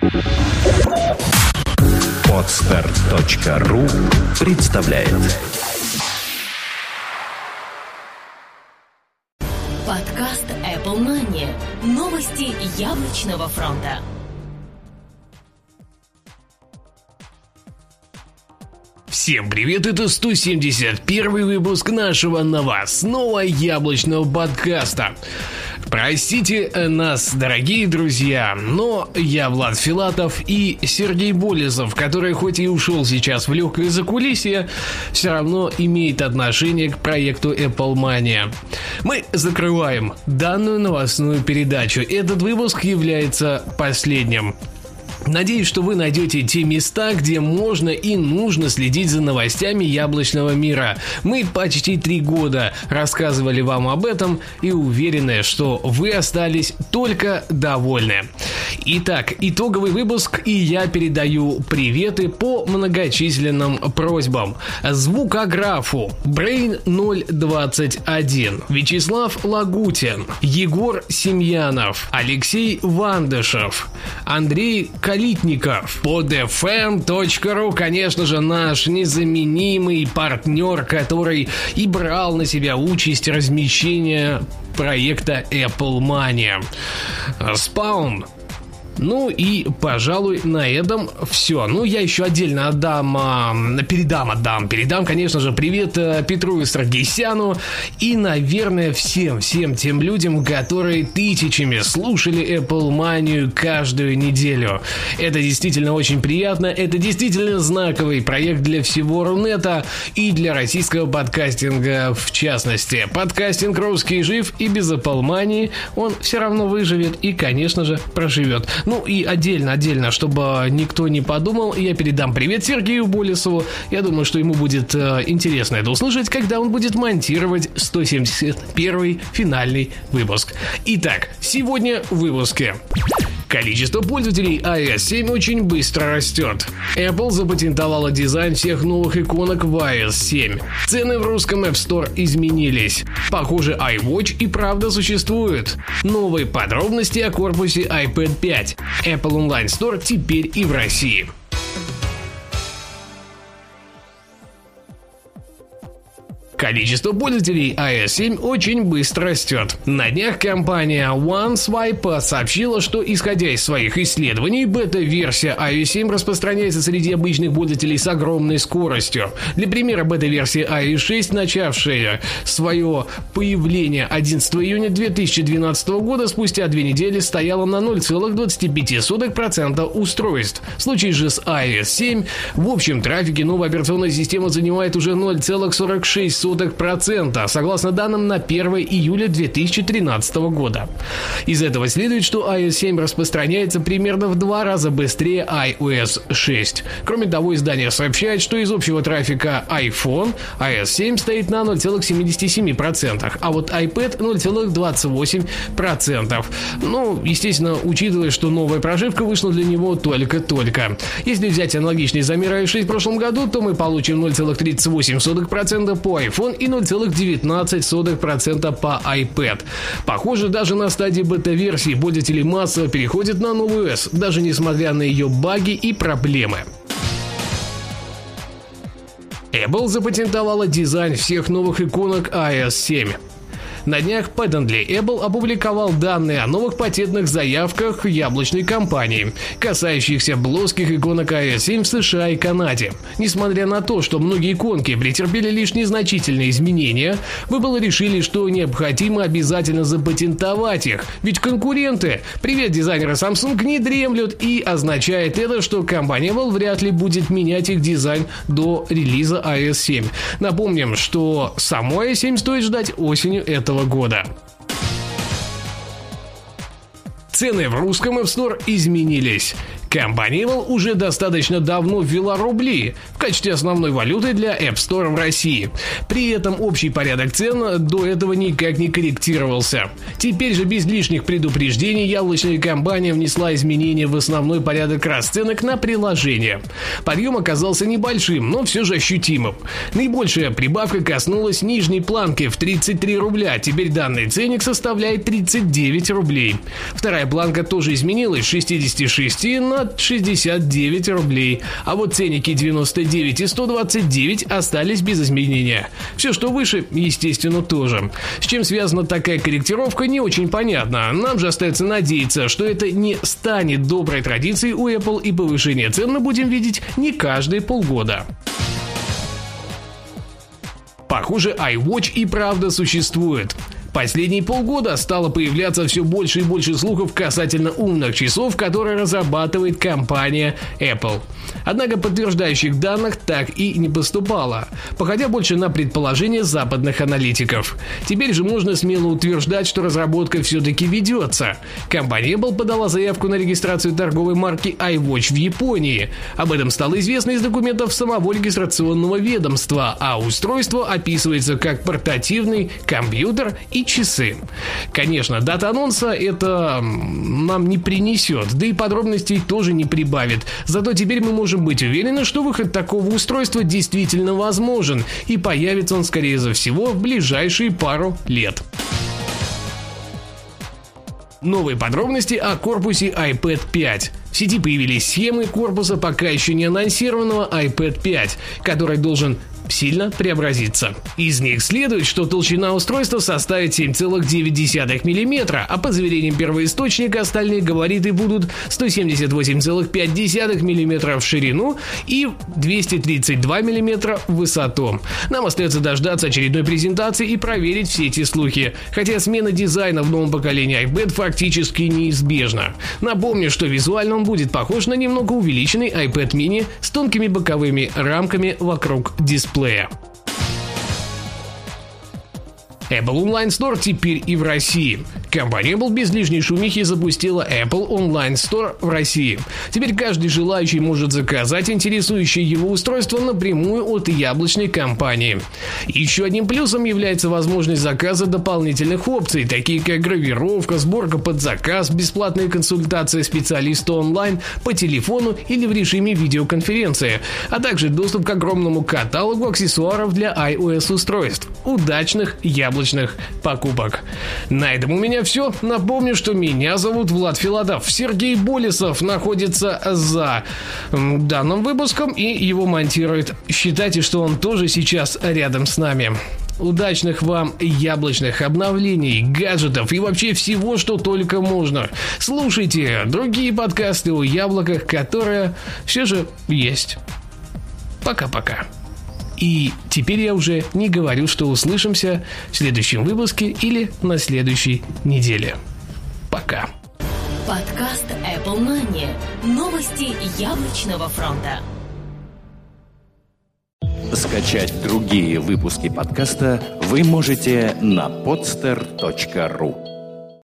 Podstart.ru представляет подкаст Apple Money. Новости яблочного фронта. Всем привет, это 171 выпуск нашего новостного яблочного подкаста. Простите нас, дорогие друзья, но я Влад Филатов и Сергей Болесов, который хоть и ушел сейчас в легкое закулисье, все равно имеет отношение к проекту Apple Money. Мы закрываем данную новостную передачу. Этот выпуск является последним. Надеюсь, что вы найдете те места, где можно и нужно следить за новостями яблочного мира. Мы почти 3 года рассказывали вам об этом и уверены, что вы остались только довольны. Итак, итоговый выпуск, и я передаю приветы по многочисленным просьбам. Звукографу Brain 021, Вячеслав Лагутин, Егор Семьянов, Алексей Вандышев, Андрей Калитников, podfm.ru, конечно же, наш незаменимый партнер, который и брал на себя участь размещения проекта Apple Money. Spawn. Ну и, пожалуй, на этом все. Ну, я еще отдельно передам, конечно же, привет Петру Саргисяну и, наверное, всем тем людям, которые тысячами слушали Apple Money каждую неделю. Это действительно очень приятно, это действительно знаковый проект для всего Рунета и для российского подкастинга в частности. Подкастинг русский жив, и без Apple Money он все равно выживет и, конечно же, проживет. Ну и отдельно, чтобы никто не подумал, я передам привет Сергею Болесову. Я думаю, что ему будет интересно это услышать, когда он будет монтировать 171 финальный выпуск. Итак, сегодня в выпуске. Количество пользователей iOS 7 очень быстро растет. Apple запатентовала дизайн всех новых иконок в iOS 7. Цены в русском App Store изменились. Похоже, iWatch и правда существует. Новые подробности о корпусе iPad 5. Apple Online Store теперь и в России. Количество пользователей iOS 7 очень быстро растет. На днях компания OneSwipe сообщила, что, исходя из своих исследований, бета-версия iOS 7 распространяется среди обычных пользователей с огромной скоростью. Для примера, бета-версия iOS 6, начавшая свое появление 11 июня 2012 года, спустя 2 недели стояла на 0,25% устройств. В случае же с iOS 7, в общем трафике новая операционная система занимает уже 0,46%, согласно данным на 1 июля 2013 года. Из этого следует, что iOS 7 распространяется примерно в 2 раза быстрее iOS 6. Кроме того, издание сообщает, что из общего трафика iPhone iOS 7 стоит на 0,77%, а вот iPad 0,28%. Ну, естественно, учитывая, что новая прошивка вышла для него только-только. Если взять аналогичный замер iOS 6 в прошлом году, то мы получим 0,38% по iPhone и 0,19% по iPad. Похоже, даже на стадии бета-версии пользователи массово переходят на новую OS, даже несмотря на ее баги и проблемы. Apple запатентовала дизайн всех новых иконок iOS 7. На днях Patently Apple опубликовал данные о новых патентных заявках яблочной компании, касающихся плоских иконок iOS 7 в США и Канаде. Несмотря на то, что многие иконки претерпели лишь незначительные изменения, в Apple решили, что необходимо обязательно запатентовать их, ведь конкуренты, привет дизайнеры Samsung, не дремлют, и означает это, что компания Apple вряд ли будет менять их дизайн до релиза iOS 7. Напомним, что саму iOS 7 стоит ждать осенью этого года. Цены в русском App Store изменились. Компания Apple уже достаточно давно ввела рубли в качестве основной валюты для App Store в России. При этом общий порядок цен до этого никак не корректировался. Теперь же без лишних предупреждений яблочная компания внесла изменения в основной порядок расценок на приложение. Подъем оказался небольшим, но все же ощутимым. Наибольшая прибавка коснулась нижней планки в 33 рубля. Теперь данный ценник составляет 39 рублей. Вторая планка тоже изменилась с 66 на на 69 рублей. А вот ценники 99 и 129 остались без изменения. Все, что выше, естественно, тоже. С чем связана такая корректировка, не очень понятно. Нам же остается надеяться, что это не станет доброй традицией у Apple, и повышение цен мы будем видеть не каждые полгода. Похоже, iWatch и правда существует. Последние полгода стало появляться все больше и больше слухов касательно умных часов, которые разрабатывает компания Apple. Однако подтверждающих данных так и не поступало, походя больше на предположения западных аналитиков. Теперь же можно смело утверждать, что разработка все-таки ведется. Компания Apple подала заявку на регистрацию торговой марки iWatch в Японии. Об этом стало известно из документов самого регистрационного ведомства, а устройство описывается как портативный компьютер и часы. Конечно, дата анонса это нам не принесет, да и подробностей тоже не прибавит. Зато теперь мы можем быть уверены, что выход такого устройства действительно возможен, и появится он, скорее всего, в ближайшие пару лет. Новые подробности о корпусе iPad 5. В сети появились схемы корпуса пока еще не анонсированного iPad 5, который должен сильно преобразиться. Из них следует, что толщина устройства составит 7,9 мм, а по заверениям первоисточника остальные габариты будут 178,5 мм в ширину и 232 мм в высоту. Нам остается дождаться очередной презентации и проверить все эти слухи, хотя смена дизайна в новом поколении iPad фактически неизбежна. Напомню, что визуально он будет похож на немного увеличенный iPad mini с тонкими боковыми рамками вокруг дисплея. Apple Online Store теперь и в России. Компания Apple без лишней шумихи запустила Apple Online Store в России. Теперь каждый желающий может заказать интересующее его устройство напрямую от яблочной компании. Еще одним плюсом является возможность заказа дополнительных опций, такие как гравировка, сборка под заказ, бесплатная консультация специалиста онлайн по телефону или в режиме видеоконференции, а также доступ к огромному каталогу аксессуаров для iOS-устройств. Удачных яблочных покупок. На этом у меня все. Напомню, что меня зовут Влад Филатов. Сергей Болесов находится за данным выпуском и его монтирует. Считайте, что он тоже сейчас рядом с нами. Удачных вам яблочных обновлений, гаджетов и вообще всего, что только можно. Слушайте другие подкасты о яблоках, которые все же есть. Пока-пока. И теперь я уже не говорю, что услышимся в следующем выпуске или на следующей неделе. Пока. Подкаст Apple Money. Новости яблочного фронта. Скачать другие выпуски подкаста вы можете на podster.ru.